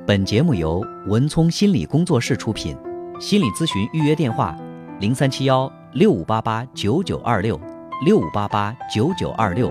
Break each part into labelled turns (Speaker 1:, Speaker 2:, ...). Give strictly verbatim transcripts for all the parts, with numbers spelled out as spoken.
Speaker 1: 本节目由文聪心理工作室出品，心理咨询预约电话：零三七幺六五八八九九二六六五八八九九二六。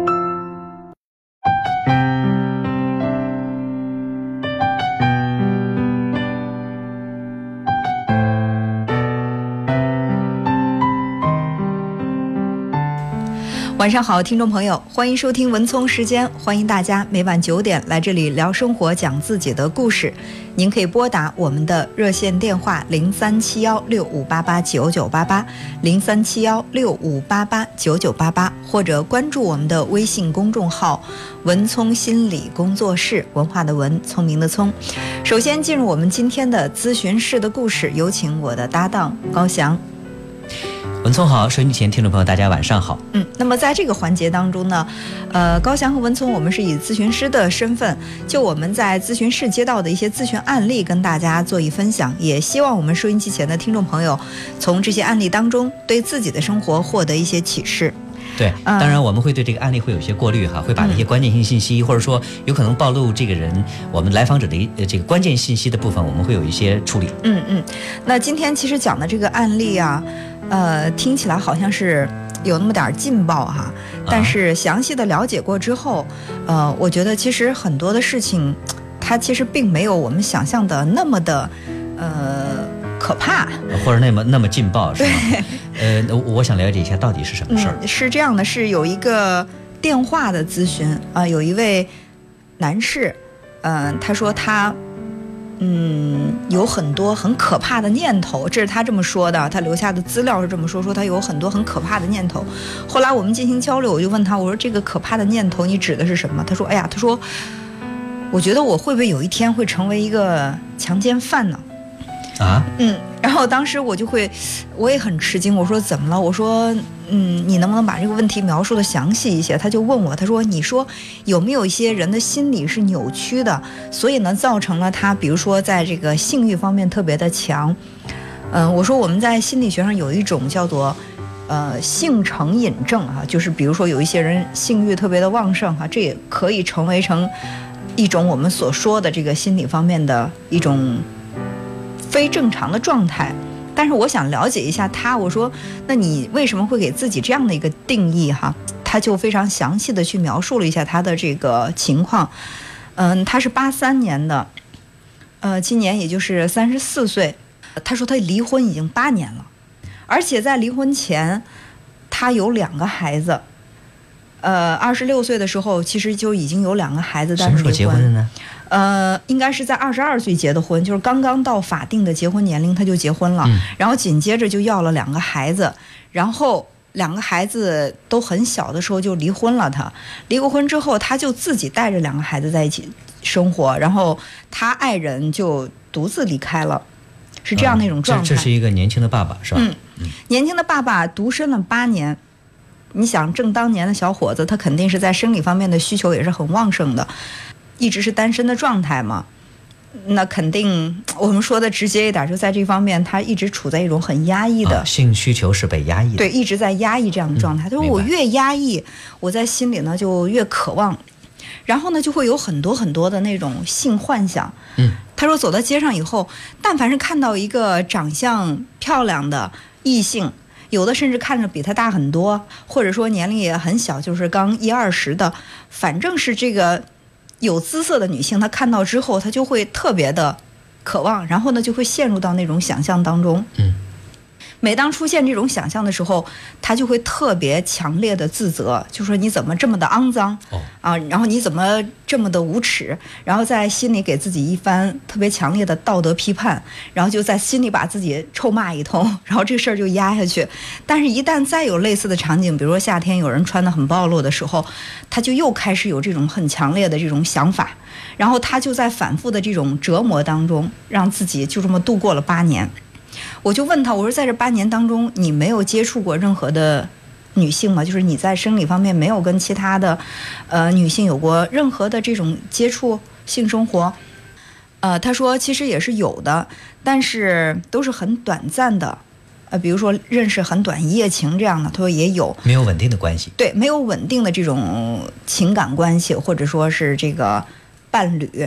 Speaker 2: 晚上好，听众朋友，欢迎收听文聪时间，欢迎大家每晚九点来这里聊生活，讲自己的故事。您可以拨打我们的热线电话零三七幺六五八八九九八八零三七幺六五八八九九八八，或者关注我们的微信公众号文聪心理工作室，文化的文，聪明的聪。首先进入我们今天的咨询室的故事，有请我的搭档高翔。
Speaker 1: 文聪好，收音机前听众朋友大家晚上好。
Speaker 2: 嗯，那么在这个环节当中呢，呃，高翔和文聪我们是以咨询师的身份，就我们在咨询室接到的一些咨询案例跟大家做一分享，也希望我们收音机前的听众朋友从这些案例当中对自己的生活获得一些启示。
Speaker 1: 对，当然我们会对这个案例会有些过滤哈，会把那些关键性信息、嗯、或者说有可能暴露这个人我们来访者的这个关键信息的部分，我们会有一些处理。
Speaker 2: 嗯嗯，那今天其实讲的这个案例啊，呃，听起来好像是有那么点劲爆哈，但是详细的了解过之后，呃，我觉得其实很多的事情，它其实并没有我们想象的那么的，呃。可怕，
Speaker 1: 或者那么那么劲爆是吗？呃，我想了解一下到底是什么事儿、
Speaker 2: 嗯。是这样的，是有一个电话的咨询啊、呃，有一位男士，嗯、呃，他说他嗯有很多很可怕的念头，这是他这么说的，他留下的资料是这么说，说他有很多很可怕的念头。后来我们进行交流，我就问他，我说这个可怕的念头你指的是什么？他说，哎呀，他说我觉得我会不会有一天会成为一个强奸犯呢？
Speaker 1: 啊，
Speaker 2: 嗯，然后当时我就会，我也很吃惊，我说怎么了？我说，嗯，你能不能把这个问题描述的详细一些？他就问我，他说，你说有没有一些人的心理是扭曲的，所以呢，造成了他，比如说在这个性欲方面特别的强。嗯，我说我们在心理学上有一种叫做，呃，性成瘾症啊，就是比如说有一些人性欲特别的旺盛啊，这也可以成为成一种我们所说的这个心理方面的一种非正常的状态。但是我想了解一下他，我说那你为什么会给自己这样的一个定义哈？他就非常详细的去描述了一下他的这个情况。嗯，他是八三年的，呃，今年也就是三十四岁。他说他离婚已经八年了，而且在离婚前他有两个孩子。呃，二十六岁的时候其实就已经有两个孩子，但是离婚。
Speaker 1: 什么时候结婚的呢？
Speaker 2: 呃，应该是在二十二岁结的婚，就是刚刚到法定的结婚年龄他就结婚了、嗯、然后紧接着就要了两个孩子，然后两个孩子都很小的时候就离婚了。他离过婚之后他就自己带着两个孩子在一起生活，然后他爱人就独自离开了，是这样的一种状态、嗯、
Speaker 1: 这, 这是一个年轻的爸爸是吧？
Speaker 2: 嗯，嗯年轻的爸爸独身了八年。你想正当年的小伙子，他肯定是在生理方面的需求也是很旺盛的，一直是单身的状态嘛，那肯定我们说的直接一点，就在这方面他一直处在一种很压抑的、
Speaker 1: 啊、性需求是被压抑的，
Speaker 2: 对，一直在压抑这样的状态、嗯、他说我越压抑我在心里呢就越渴望，然后呢就会有很多很多的那种性幻想。
Speaker 1: 嗯，
Speaker 2: 他说走到街上以后，但凡是看到一个长相漂亮的异性，有的甚至看着比他大很多，或者说年龄也很小，就是刚一二十的，反正是这个有姿色的女性，他看到之后他就会特别的渴望，然后呢就会陷入到那种想象当中。
Speaker 1: 嗯，
Speaker 2: 每当出现这种想象的时候，他就会特别强烈的自责，就说你怎么这么的肮脏、哦、啊，然后你怎么这么的无耻，然后在心里给自己一番特别强烈的道德批判，然后就在心里把自己臭骂一通，然后这事儿就压下去。但是一旦再有类似的场景，比如说夏天有人穿得很暴露的时候，他就又开始有这种很强烈的这种想法，然后他就在反复的这种折磨当中，让自己就这么度过了八年。我就问他，我说在这八年当中你没有接触过任何的女性吗？就是你在生理方面没有跟其他的呃女性有过任何的这种接触性生活？呃，他说其实也是有的，但是都是很短暂的，呃，比如说认识很短一夜情这样的，他说也有，
Speaker 1: 没有稳定的关系。
Speaker 2: 对，没有稳定的这种情感关系，或者说是这个伴侣。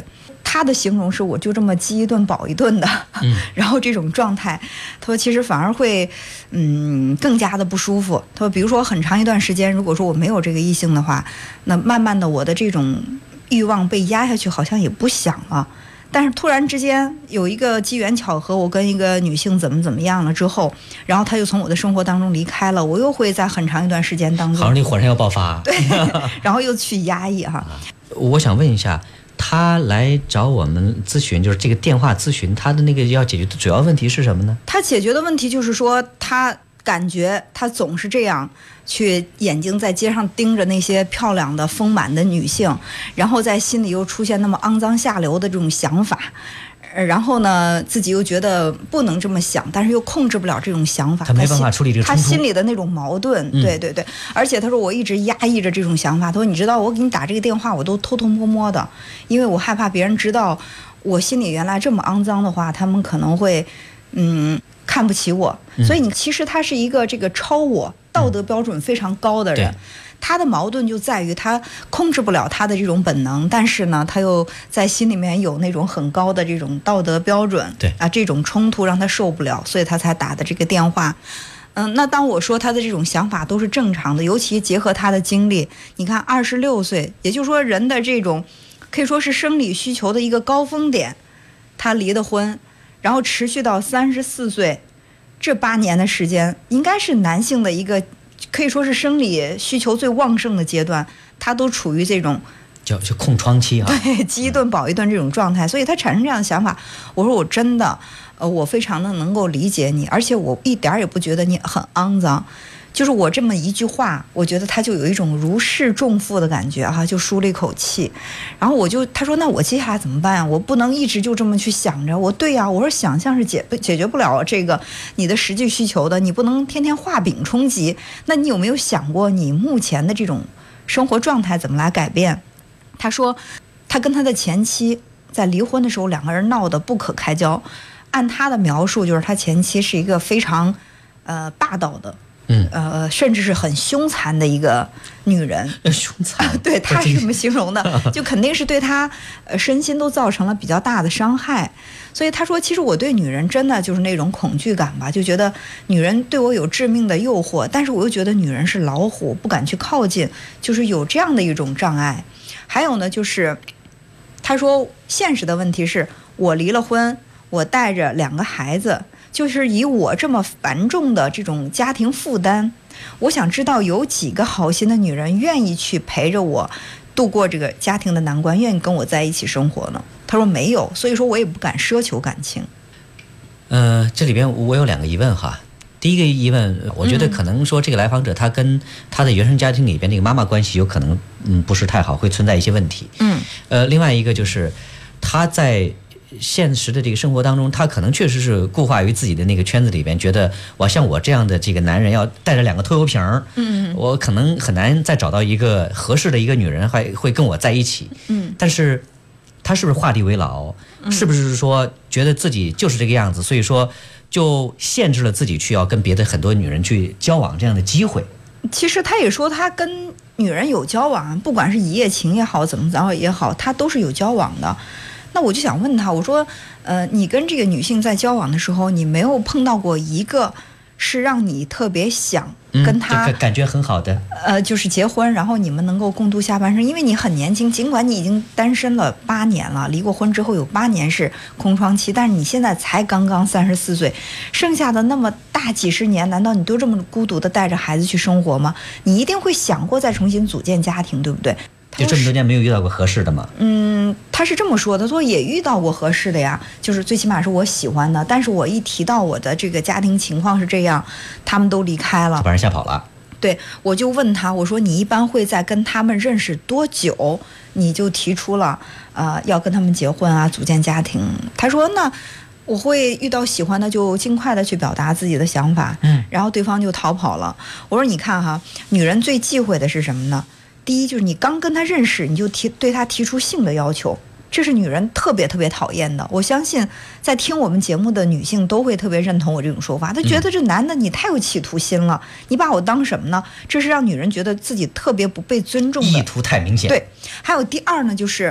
Speaker 2: 他的形容是我就这么饥一顿饱一顿的，
Speaker 1: 嗯、
Speaker 2: 然后这种状态，他说其实反而会嗯更加的不舒服。他说比如说很长一段时间，如果说我没有这个异性的话，那慢慢的我的这种欲望被压下去，好像也不想了。但是突然之间有一个机缘巧合，我跟一个女性怎么怎么样了之后，然后她就从我的生活当中离开了，我又会在很长一段时间当中，
Speaker 1: 好像你火山要爆发，
Speaker 2: 对，然后又去压抑哈。
Speaker 1: 我想问一下，他来找我们咨询，就是这个电话咨询，他的那个要解决的主要问题是什么呢？
Speaker 2: 他解决的问题就是说，他感觉他总是这样去眼睛在街上盯着那些漂亮的丰满的女性，然后在心里又出现那么肮脏下流的这种想法，然后呢自己又觉得不能这么想，但是又控制不了这种想法，
Speaker 1: 他没办法处理这个冲突，
Speaker 2: 他心里的那种矛盾、嗯、对对对。而且他说我一直压抑着这种想法，他说你知道我给你打这个电话我都偷偷摸摸的，因为我害怕别人知道我心里原来这么肮脏的话，他们可能会嗯看不起我。所以你其实他是一个这个超我道德标准非常高的人、嗯，他的矛盾就在于他控制不了他的这种本能，但是呢他又在心里面有那种很高的这种道德标准，
Speaker 1: 对
Speaker 2: 啊，这种冲突让他受不了，所以他才打的这个电话。嗯，那当我说他的这种想法都是正常的，尤其结合他的经历，你看二十六岁，也就是说人的这种可以说是生理需求的一个高峰点，他离的婚，然后持续到三十四岁，这八年的时间应该是男性的一个可以说是生理需求最旺盛的阶段，他都处于这种
Speaker 1: 叫就空窗期啊，
Speaker 2: 对，饥一顿饱一顿这种状态，所以他产生这样的想法。我说我真的，呃，我非常的能够理解你，而且我一点也不觉得你很肮脏。就是我这么一句话，我觉得他就有一种如释重负的感觉哈、啊，就舒了一口气。然后我就他说那我接下来怎么办呀？我不能一直就这么去想着。我对呀，我说想象是解解决不了这个你的实际需求的，你不能天天画饼充饥。那你有没有想过你目前的这种生活状态怎么来改变？他说他跟他的前妻在离婚的时候两个人闹得不可开交，按他的描述就是他前妻是一个非常呃霸道的，嗯，呃，甚至是很凶残的一个女人，
Speaker 1: 凶残，
Speaker 2: 对，她是这么形容的，就肯定是对她呃身心都造成了比较大的伤害。所以他说，其实我对女人真的就是那种恐惧感吧，就觉得女人对我有致命的诱惑，但是我又觉得女人是老虎，不敢去靠近，就是有这样的一种障碍。还有呢，就是他说现实的问题是我离了婚，我带着两个孩子，就是以我这么繁重的这种家庭负担，我想知道有几个好心的女人愿意去陪着我度过这个家庭的难关，愿意跟我在一起生活呢？他说没有，所以说我也不敢奢求感情。
Speaker 1: 呃，这里边我有两个疑问哈。第一个疑问，我觉得可能说这个来访者他跟他的原生家庭里边那个妈妈关系有可能嗯不是太好，会存在一些问题。嗯。呃，另外一个就是他在现实的这个生活当中，他可能确实是固化于自己的那个圈子里边，觉得我像我这样的这个男人要带着两个拖油瓶儿，嗯，我可能很难再找到一个合适的一个女人还会跟我在一起。嗯。但是他是不是画地为牢？是不是说觉得自己就是这个样子，所以说就限制了自己去要跟别的很多女人去交往这样的机会？
Speaker 2: 其实他也说他跟女人有交往，不管是一夜情也好，怎么着也好，他都是有交往的。那我就想问他，我说，呃，你跟这个女性在交往的时候，你没有碰到过一个是让你特别想跟她、
Speaker 1: 嗯、感觉很好的，
Speaker 2: 呃，就是结婚，然后你们能够共度下半生？因为你很年轻，尽管你已经单身了八年了，离过婚之后有八年是空窗期，但是你现在才刚刚三十四岁，剩下的那么大几十年，难道你都这么孤独的带着孩子去生活吗？你一定会想过再重新组建家庭，对不对？
Speaker 1: 就这么多年没有遇到过合适的吗？
Speaker 2: 嗯，他是这么说的，他说也遇到过合适的呀，就是最起码是我喜欢的，但是我一提到我的这个家庭情况是这样，他们都离开了，
Speaker 1: 就把人吓跑了。
Speaker 2: 对，我就问他，我说你一般会在跟他们认识多久，你就提出了呃要跟他们结婚啊，组建家庭？他说那我会遇到喜欢的就尽快的去表达自己的想法，嗯，然后对方就逃跑了。我说你看哈，女人最忌讳的是什么呢？第一就是你刚跟他认识，你就提对他提出性的要求，这是女人特别特别讨厌的。我相信在听我们节目的女性都会特别认同我这种说法，她觉得这男的你太有企图心了，你把我当什么呢？这是让女人觉得自己特别不被尊重的，
Speaker 1: 意图太明显。
Speaker 2: 对，还有第二呢，就是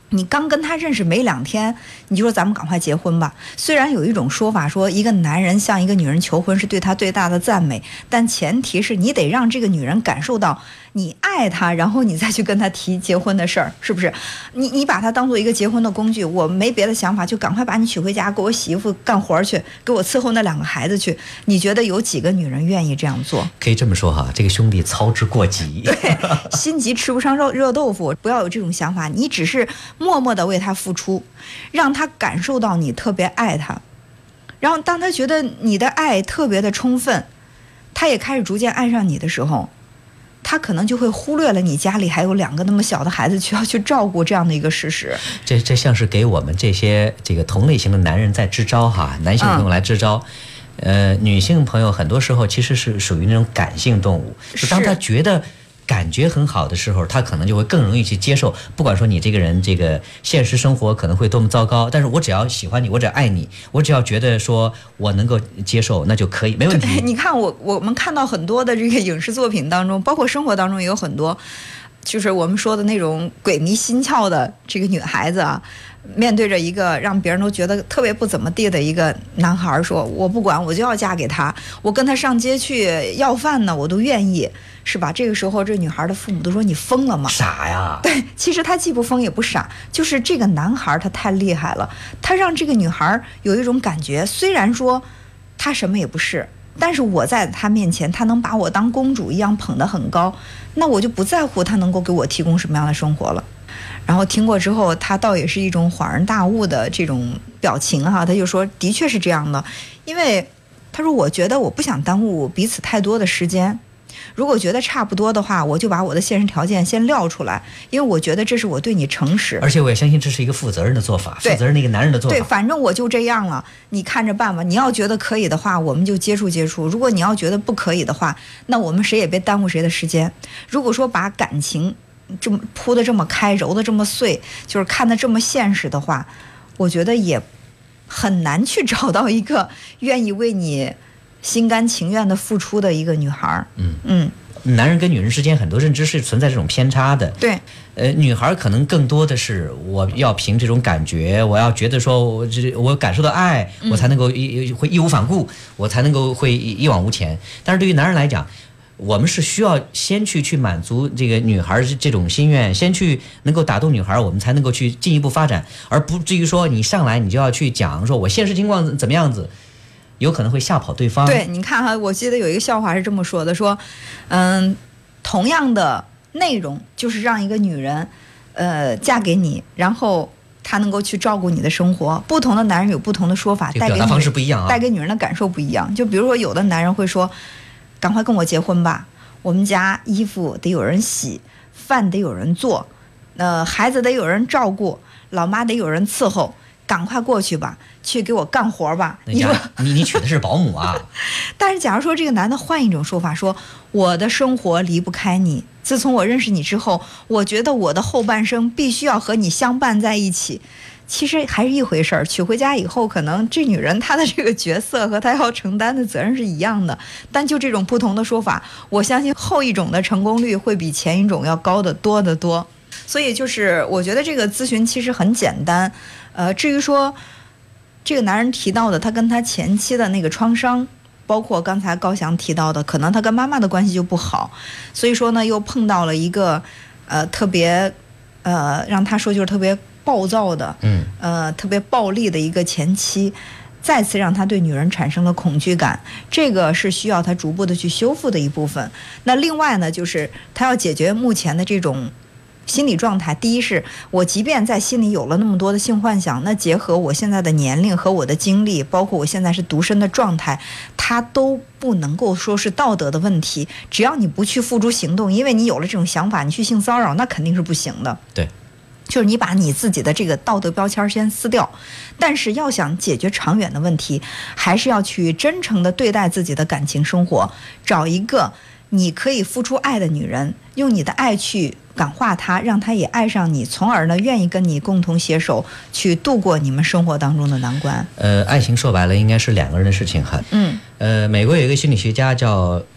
Speaker 2: 你刚跟他认识没两天，你就说咱们赶快结婚吧。虽然有一种说法说一个男人向一个女人求婚是对他最大的赞美，但前提是你得让这个女人感受到你爱她，然后你再去跟她提结婚的事儿，是不是？你你把她当做一个结婚的工具，我没别的想法，就赶快把你娶回家，给我洗衣服干活去，给我伺候那两个孩子去。你觉得有几个女人愿意这样做？
Speaker 1: 可以这么说哈，这个兄弟操之过急。
Speaker 2: 对，心急吃不上热热豆腐，不要有这种想法。你只是默默地为他付出，让他感受到你特别爱他，然后当他觉得你的爱特别的充分，他也开始逐渐爱上你的时候，他可能就会忽略了你家里还有两个那么小的孩子需要去照顾这样的一个事实。
Speaker 1: 这这像是给我们这些这个同类型的男人在支招哈，男性朋友来支招。嗯、呃，女性朋友很多时候其实是属于那种感性动物，就当他觉得感觉很好的时候，他可能就会更容易去接受。不管说你这个人这个现实生活可能会多么糟糕，但是我只要喜欢你，我只要爱你，我只要觉得说我能够接受，那就可以，没问题。
Speaker 2: 你看我我们看到很多的这个影视作品当中，包括生活当中也有很多，就是我们说的那种鬼迷心窍的这个女孩子啊，面对着一个让别人都觉得特别不怎么地的一个男孩说，我不管，我就要嫁给他，我跟他上街去要饭呢，我都愿意，是吧？这个时候这女孩的父母都说你疯了吗？
Speaker 1: 傻呀。
Speaker 2: 对，其实他既不疯也不傻，就是这个男孩他太厉害了，他让这个女孩有一种感觉，虽然说他什么也不是，但是我在他面前，他能把我当公主一样捧得很高，那我就不在乎他能够给我提供什么样的生活了。然后听过之后，他倒也是一种恍然大悟的这种表情哈，他就说的确是这样的，因为他说我觉得我不想耽误彼此太多的时间，如果觉得差不多的话，我就把我的现实条件先撂出来，因为我觉得这是我对你诚实，
Speaker 1: 而且我也相信这是一个负责任的做法，负责任的一个男人的做法。
Speaker 2: 对，反正我就这样了，你看着办吧。你要觉得可以的话，我们就接触接触；如果你要觉得不可以的话，那我们谁也别耽误谁的时间。如果说把感情这么铺得这么开，揉得这么碎，就是看得这么现实的话，我觉得也很难去找到一个愿意为你心甘情愿的付出的一个女孩。
Speaker 1: 嗯
Speaker 2: 嗯，
Speaker 1: 男人跟女人之间很多认知是存在这种偏差的。
Speaker 2: 对，
Speaker 1: 呃，女孩可能更多的是我要凭这种感觉，我要觉得说我这我感受到爱，我才能够义会义无反顾，我才能够会一往无前。但是对于男人来讲，我们是需要先去去满足这个女孩这种心愿，先去能够打动女孩，我们才能够去进一步发展，而不至于说你上来你就要去讲说我现实情况怎么样子，有可能会吓跑对方。
Speaker 2: 对，你看哈，我记得有一个笑话是这么说的，说，嗯，同样的内容就是让一个女人，呃，嫁给你，然后她能够去照顾你的生活。不同的男人有不同的说法，
Speaker 1: 这个表达方式不一样啊，
Speaker 2: 带给女人的感受不一样。就比如说，有的男人会说，赶快跟我结婚吧，我们家衣服得有人洗，饭得有人做，呃，孩子得有人照顾，老妈得有人伺候。赶快过去吧，去给我干活吧。
Speaker 1: 你说你你娶的是保姆啊？
Speaker 2: 但是假如说这个男的换一种说法，说我的生活离不开你，自从我认识你之后，我觉得我的后半生必须要和你相伴在一起。其实还是一回事儿，娶回家以后，可能这女人她的这个角色和她要承担的责任是一样的，但就这种不同的说法，我相信后一种的成功率会比前一种要高得多得多。所以就是我觉得这个咨询其实很简单，呃，至于说这个男人提到的他跟他前妻的那个创伤，包括刚才高翔提到的，可能他跟妈妈的关系就不好，所以说呢又碰到了一个呃特别呃让他说就是特别暴躁的，
Speaker 1: 嗯，
Speaker 2: 呃特别暴力的一个前妻，再次让他对女人产生了恐惧感，这个是需要他逐步的去修复的一部分。那另外呢，就是他要解决目前的这种心理状态。第一是我即便在心里有了那么多的性幻想，那结合我现在的年龄和我的经历，包括我现在是独身的状态，它都不能够说是道德的问题。只要你不去付诸行动，因为你有了这种想法，你去性骚扰，那肯定是不行的。
Speaker 1: 对，
Speaker 2: 就是你把你自己的这个道德标签先撕掉。但是要想解决长远的问题，还是要去真诚的对待自己的感情生活，找一个你可以付出爱的女人，用你的爱去感化她，让她也爱上你，从而呢愿意跟你共同携手去度过你们生活当中的难关。
Speaker 1: 呃，爱情说白了应该是两个人的事情哈。
Speaker 2: 嗯。
Speaker 1: 呃，美国有一个心理学家叫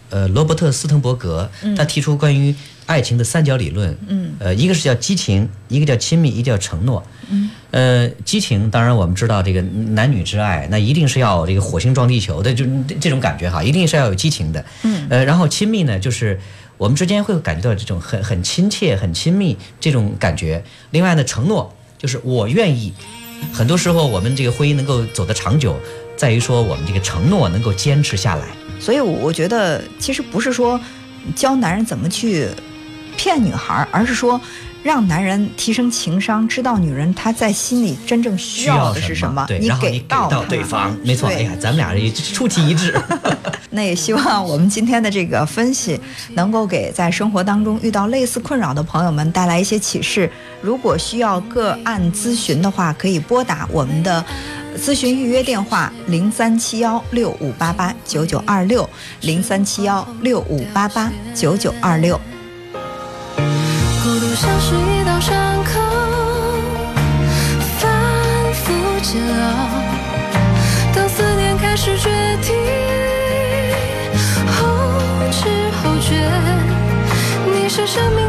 Speaker 1: 呃罗伯特斯滕伯格，他提出关于爱情的三角理论，
Speaker 2: 嗯，
Speaker 1: 呃，一个是叫激情，一个叫亲密，一个叫承诺。
Speaker 2: 嗯，
Speaker 1: 呃，激情当然我们知道这个男女之爱，那一定是要这个火星撞地球的，就这种感觉哈，一定是要有激情的。
Speaker 2: 嗯，
Speaker 1: 呃，然后亲密呢，就是我们之间会感觉到这种很很亲切、很亲密这种感觉。另外呢，承诺就是我愿意。很多时候我们这个婚姻能够走得长久，在于说我们这个承诺能够坚持下来。
Speaker 2: 所以我觉得其实不是说教男人怎么去骗女孩，而是说让男人提升情商，知道女人她在心里真正需要的是什么，
Speaker 1: 对，
Speaker 2: 你
Speaker 1: 然后你给到对方。没错，哎呀，咱们俩这出奇一致。
Speaker 2: 那也希望我们今天的这个分析能够给在生活当中遇到类似困扰的朋友们带来一些启示。如果需要个案咨询的话，可以拨打我们的咨询预约电话零三七幺六五八八九九二六零三七幺六五八八九九二六。
Speaker 3: 孤独像是一道伤口，反复煎熬，当思念开始决堤，后知后觉，你是生命